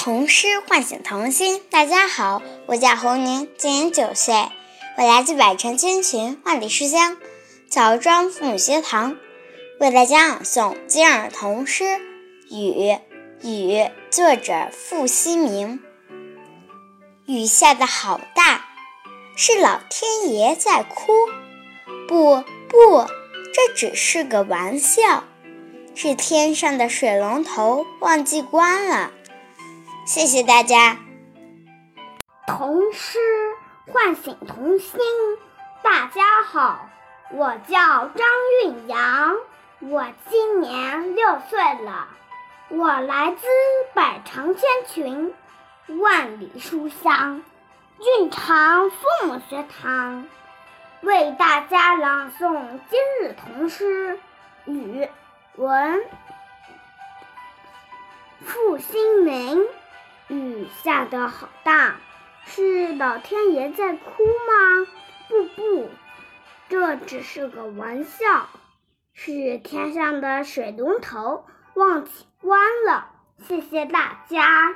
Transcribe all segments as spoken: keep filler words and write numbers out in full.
童诗唤醒童心。大家好，我叫侯宁，今年九岁，我来自百城千群万里书香枣庄父母学堂，为大家朗诵今日童诗《雨》。雨，作者傅希明。雨下得好大，是老天爷在哭。不不，这只是个玩笑，是天上的水龙头忘记关了。谢谢大家。 童诗唤醒童心。大家好，我叫张韵阳，我今年六岁了，我来自百城千群万里书香蕴藏父母学堂，为大家朗诵今日童诗《雨》。文傅希明。雨下得好大，是老天爷在哭吗？不不，这只是个玩笑，是天上的水龙头忘记关了。谢谢大家。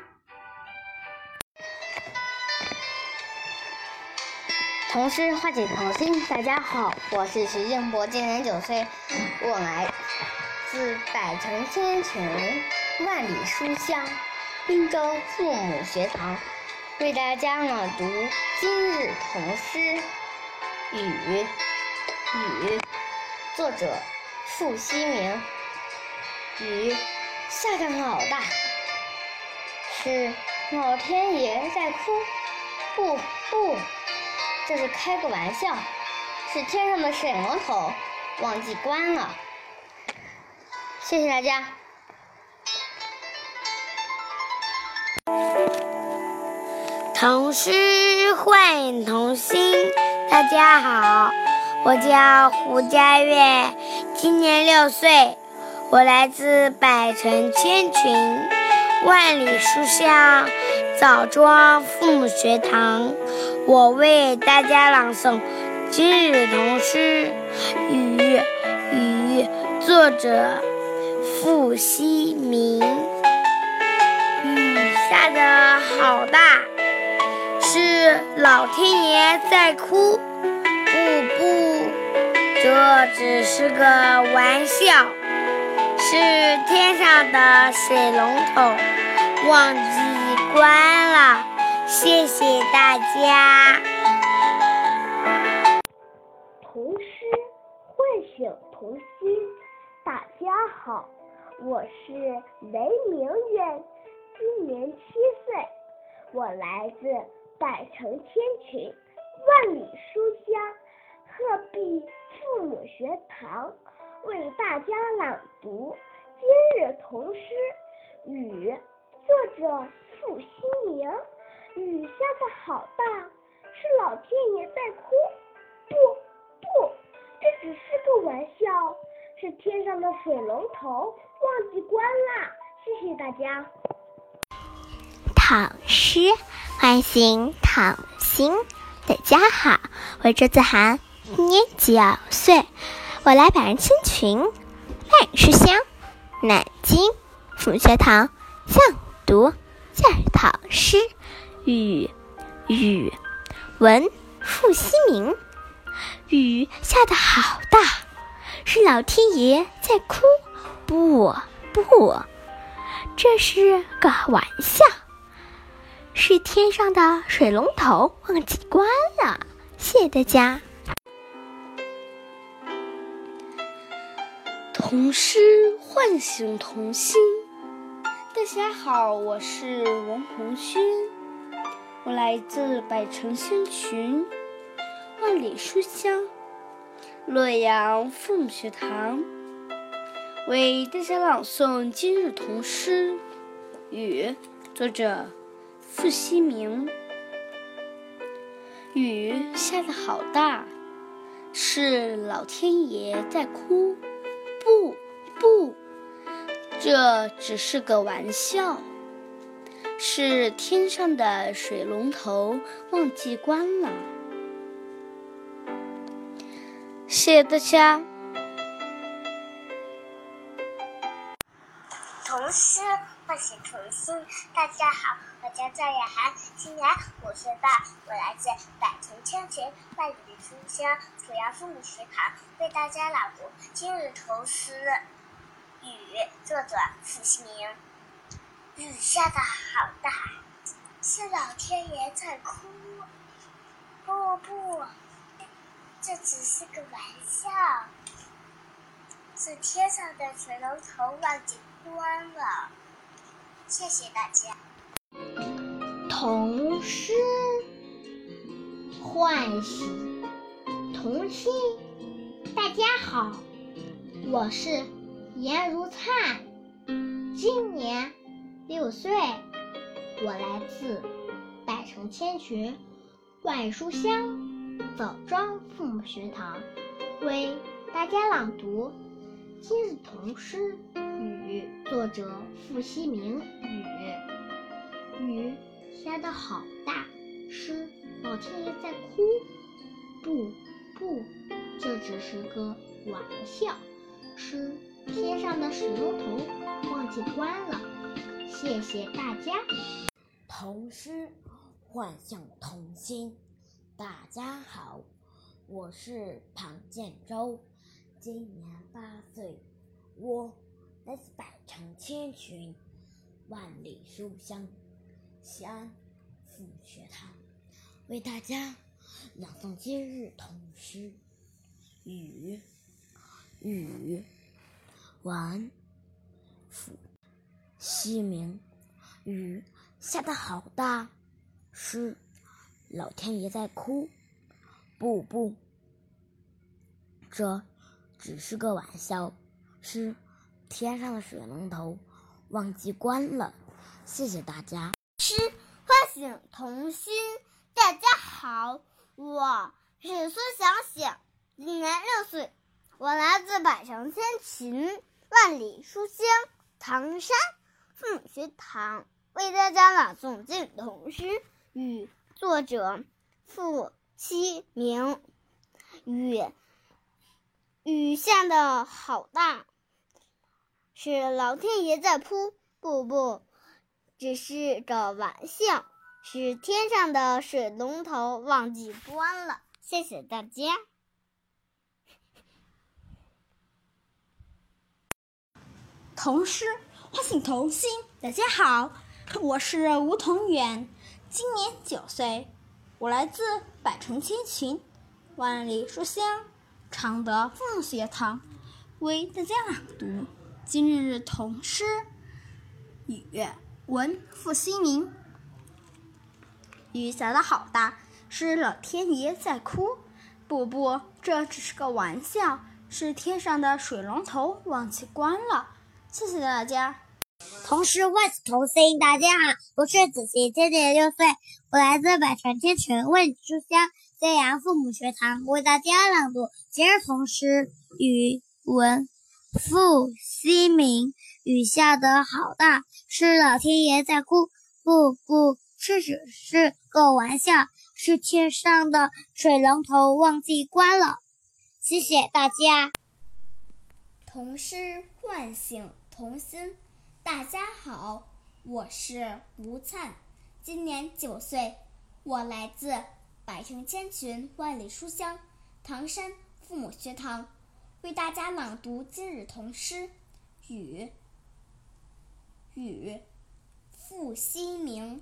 童诗唤醒童心。大家好，我是徐建博，今年九岁，我来自百城千群万里书香滨州父母学堂，为大家朗读今日童诗《雨》。雨，作者傅希明。雨下得好大，是老天爷在哭。不不，这是开个玩笑，是天上的水龙头忘记关了。谢谢大家。 童诗唤醒童心。大家好，我叫胡佳悦，今年六岁，我来自百城千群万里书香枣庄父母学堂，我为大家朗诵今日童诗《雨》。雨，作者傅希明。雨下得好大，是老天爷在哭。不不，这只是个玩笑，是天上的水龙头忘记关了。谢谢大家。 童诗唤醒童心。大家好，我是雷明远，今年七岁，我来自百城千群万里书香鹤壁父母学堂，为大家朗读今日童诗《雨》。作者傅希明。雨下得好大，是老天爷在哭。不不，这只是个玩笑，是天上的水龙头忘记关了。谢谢大家。 童诗唤醒童心。大家好，我周子涵，今年九岁，我来百人千群万里书香南京父母学堂向读今日童诗《雨》。雨，文傅希明。雨下得好大，是老天爷在哭。不不，这是个玩笑，是天上的水龙头忘记关了。谢谢大家。 童诗唤醒童心。大家好，我是王红勋，我来自百城千群万里书香洛阳父母学堂，为大家朗诵今日童诗《雨》。作者傅希明。雨下得好大，是老天爷在哭。不不，这只是个玩笑，是天上的水龙头忘记关了。谢谢大家。 童诗唤醒童心。大家好，我叫赵雅涵，今年五岁半，我来自百城千群万里书香楚阳父母学堂，为大家朗读今日童诗《雨》，作者付希明。雨下的好大，是老天爷在哭。不不，这只是个玩笑，是天上的水龙头忘记关了。谢谢大家。 童诗唤醒童心。大家好，我是颜如灿，今年六岁，我来自百城千群万里书香枣庄父母学堂，为大家朗读今日童诗《雨》，作者付希明。雨，雨下得好大，是老天爷在哭。不不，这只是个玩笑，是天上的水龙头忘记关了。谢谢大家。 童诗唤醒童心。大家好，我是庞建洲，今年八岁，我来自百城千群万里书香西安父母学堂，为大家朗诵今日童诗《雨》。雨，晚，付希明。雨下得好大，是老天爷在哭。不不，这只是个玩笑，是天上的水龙头忘记关了。谢谢大家。 诗唤醒童心。大家好，我是孙想想，今年六岁，我来自百城千群万里书香唐山父母学堂，为大家朗诵今日童诗《雨》，作者付希明。雨，雨下的好大，是老天爷在哭。不不，只是个玩笑，是天上的水龙头忘记关了。谢谢大家。 童诗唤醒童心。大家好，我是吴同远，今年九岁，我来自百城千群万里书香常德父母学堂，为大家朗读今日童诗《雨》，文付希明。雨下得好大，是老天爷在哭。不不，这只是个玩笑，是天上的水龙头忘记关了。谢谢大家。 童诗唤醒童心。大家好，我是子琪，今年六岁，我来自百城千群万里书香揭阳父母学堂，为大家朗读今日童诗《雨》，文付希明。雨下得好大，是老天爷在哭。不不，这只是个玩笑，是天上的水龙头忘记关了。谢谢大家。 童诗唤醒童心。大家好，我是吴灿，今年九岁，我来自百城千群万里书香唐山父母学堂，为大家朗读今日童诗《雨》。雨，付希明。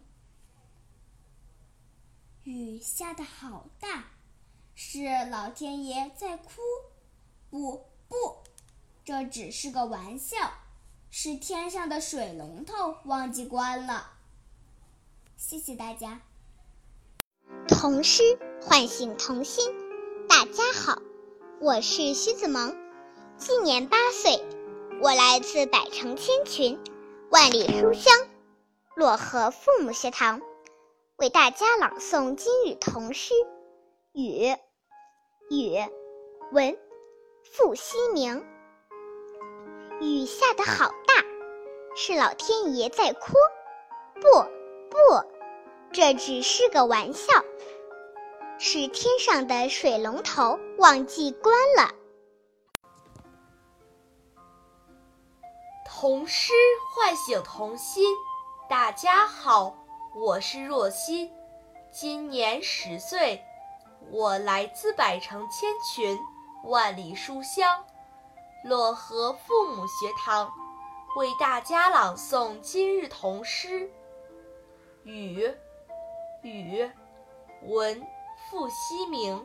雨下得好大，是老天爷在哭。不不，这只是个玩笑，是天上的水龙头忘记关了。谢谢大家。 童诗唤醒童心。大家好，我是徐子萌，今年八岁，我来自百城千群万里书香漯河父母学堂，为大家朗诵今日童诗《雨》。雨，文付希明。雨下得好大，是老天爷在哭。不不，这只是个玩笑，是天上的水龙头忘记关了。 童诗唤醒童心。大家好，我是若欣，今年十岁，我来自百城千群，万里书香漯河父母学堂，为大家朗诵今日童诗。雨，雨，文傅希明。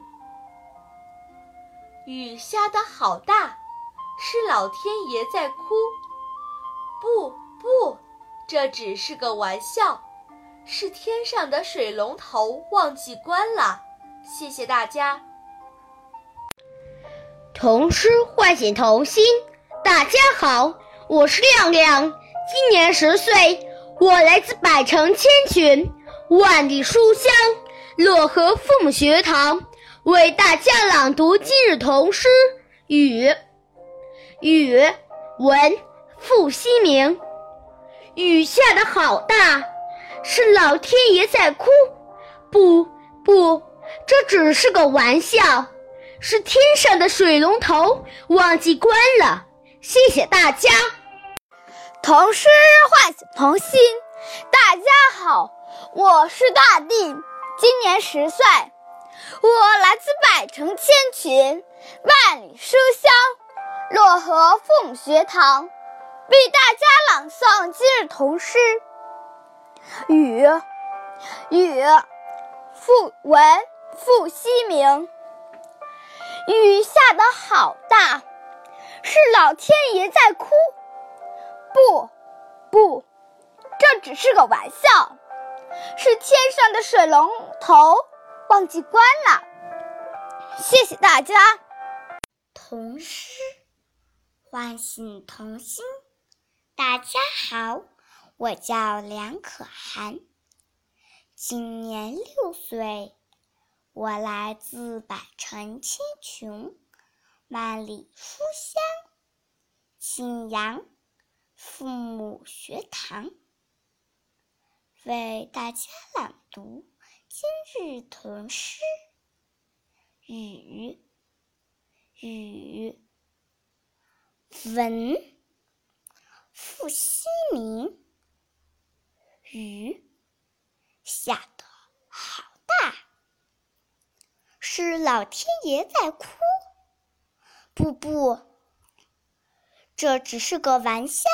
雨下得好大，是老天爷在哭。不不，这只是个玩笑，是天上的水龙头忘记关了。谢谢大家。 童诗唤醒童心。大家好，我是亮亮，今年十岁，我来自百城千群，万里书香漯河父母学堂，为大家朗读今日童诗。雨，雨，文傅希明。雨下得好大，是老天爷在哭。不不，这只是个玩笑，是天上的水龙头忘记关了。谢谢大家。 童诗唤醒童心。大家好，我是大地，今年十岁，我来自百城千群，万里书香漯河父母学堂，为大家朗诵今日童诗。雨，雨，傅文傅希明。雨下得好大，是老天爷在哭。不不，这只是个玩笑，是天上的水龙头忘记关了。谢谢大家。 童诗唤醒童心。大家好，我叫梁可涵，今年六岁，我来自百城千群，万里书香信阳父母学堂，为大家朗读今日童诗。雨，雨，文傅希明。雨下得好大，是老天爷在哭。不不，这只是个玩笑，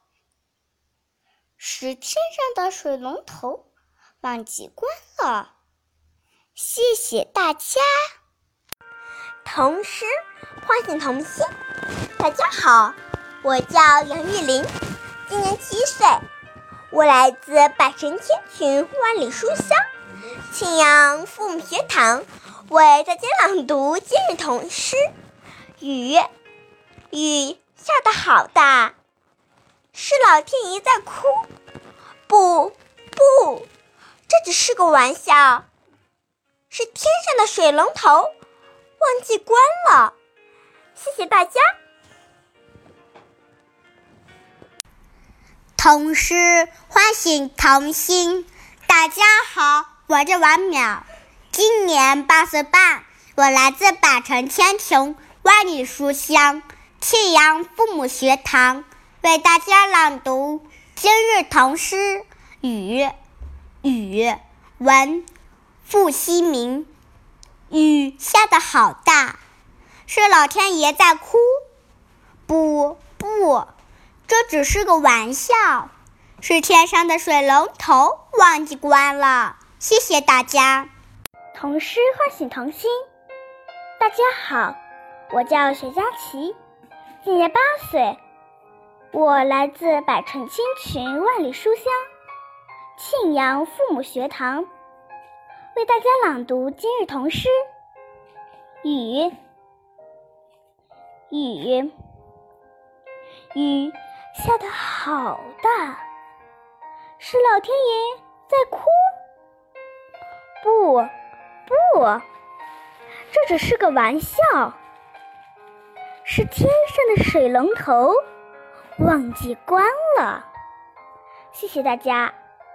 是天上的水龙头忘记关了。谢谢大家。 童诗唤醒童心。大家好，我叫杨玉林，今年七岁，我来自百城千群，万里书香庆阳父母学堂，为大家朗读今日童诗。雨，雨下得好大，是老天爷在哭。不不，这只是个玩笑，是天上的水龙头忘记关了。谢谢大家。 童诗唤醒童心。大家好，我叫王淼，今年八岁半，我来自百城千群，万里书香庆阳父母学堂，为大家朗读今日童诗。雨，雨，文傅希明。雨下得好大，是老天爷在哭。不不，这只是个玩笑，是天上的水龙头忘记关了。谢谢大家。 童诗唤醒童心。大家好，我叫雪佳琪，今年八岁，我来自百城千群，万里书香庆阳父母学堂，为大家朗读今日童诗。雨，雨，雨下得好大，是老天爷在哭。不不，这只是个玩笑，是天上的水龙头忘记关了。谢谢大家。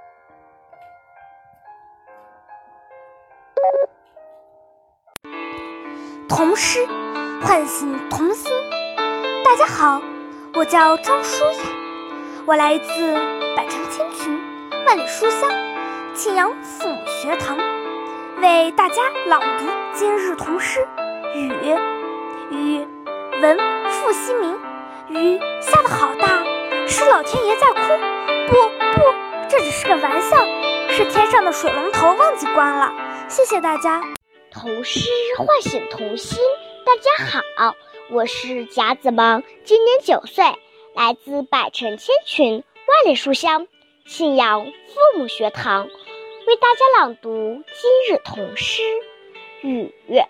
童诗唤醒童心。大家好，我叫张舒雅， 我来自百城千群，万里书香庆阳父母学堂，为大家朗读今日童诗《雨》。雨，文傅希明。雨下得好大，是老天爷在哭。不不，这只是个玩笑，是天上的水龙头忘记关了。谢谢大家。 童诗唤醒童心，大家好，我是贾子萌，今年九岁，来自百城千群，万里书香庆阳父母学堂，为大家朗读今日童诗《雨》。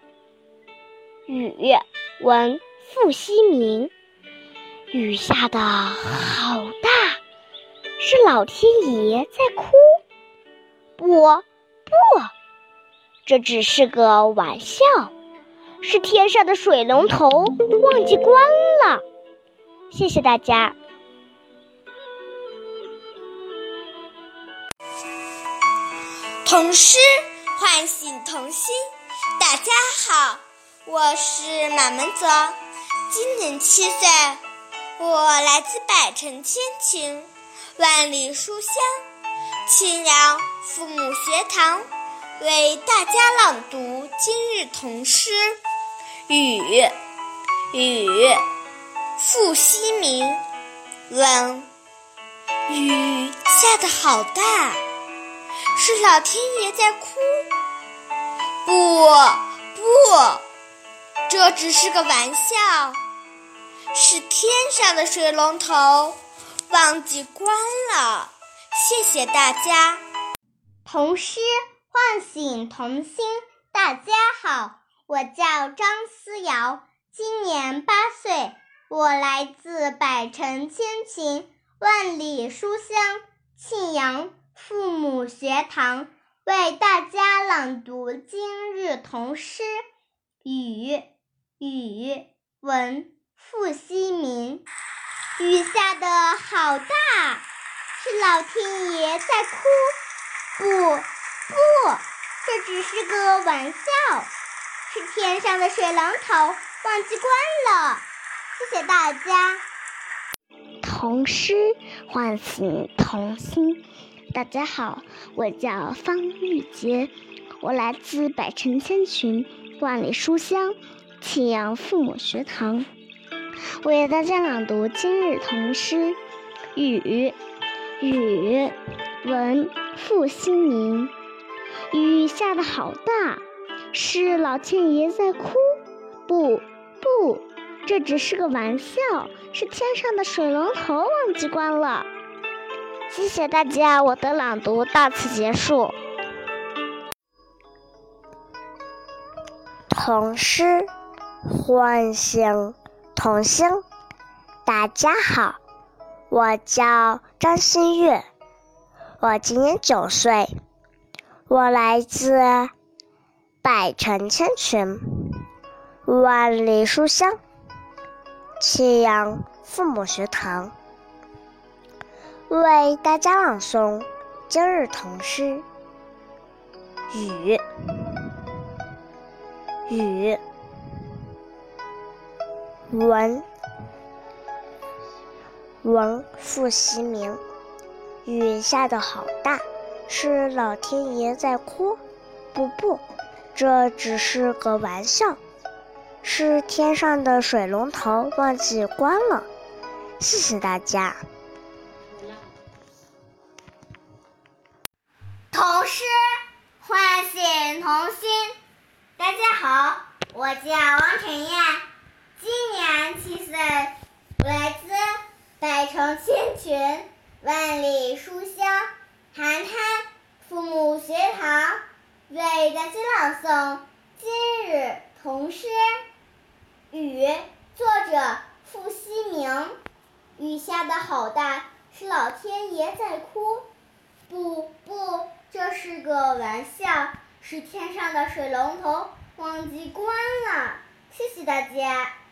雨，文傅希明。雨下得好大，是老天爷在哭。不不，这只是个玩笑，是天上的水龙头忘记关了。谢谢大家。 童诗唤醒童心，大家好，我是马门泽，今年七岁，我来自百城千群，万里书香庆阳父母学堂，为大家朗读今日童诗《雨》。雨，傅希明。问：雨下得好大，是老天爷在哭？不不，这只是个玩笑，是天上的水龙头忘记关了。谢谢大家。 童诗唤醒童心，大家好，我叫张思瑶，今年八岁，我来自百城千群，万里书香庆阳父母学堂，为大家朗读今日童诗《雨》。雨，文傅希明。雨下得好大，是老天爷在哭。不不，这只是个玩笑，是天上的水龙头忘记关了。谢谢大家。 童诗唤醒童心，大家好，我叫方玉洁，我来自百城千群，万里书香庆阳父母学堂，为大家朗读今日童诗《雨》。雨，文傅希明。雨下得好大，是老天爷在哭。不不，这只是个玩笑，是天上的水龙头忘记关了。谢谢大家，我的朗读到此结束。童诗唤醒童心，大家好，我叫张馨月，我今年九岁，我来自百城千群，万里书香庆阳父母学堂，为大家朗诵今日童诗《雨》。雨，文文傅希明。雨下得好大，是老天爷在哭。不不，这只是个玩笑，是天上的水龙头忘记关了。谢谢大家。 童诗唤醒童心，大家好，我叫王晨燕，今年七岁，我来自百城千群，万里书香涵滩父母学堂，为大家朗诵今日童诗《雨》，作者傅希明。雨下得好大，是老天爷在哭。不不，这是个玩笑，是天上的水龙头忘记关了。谢谢大家。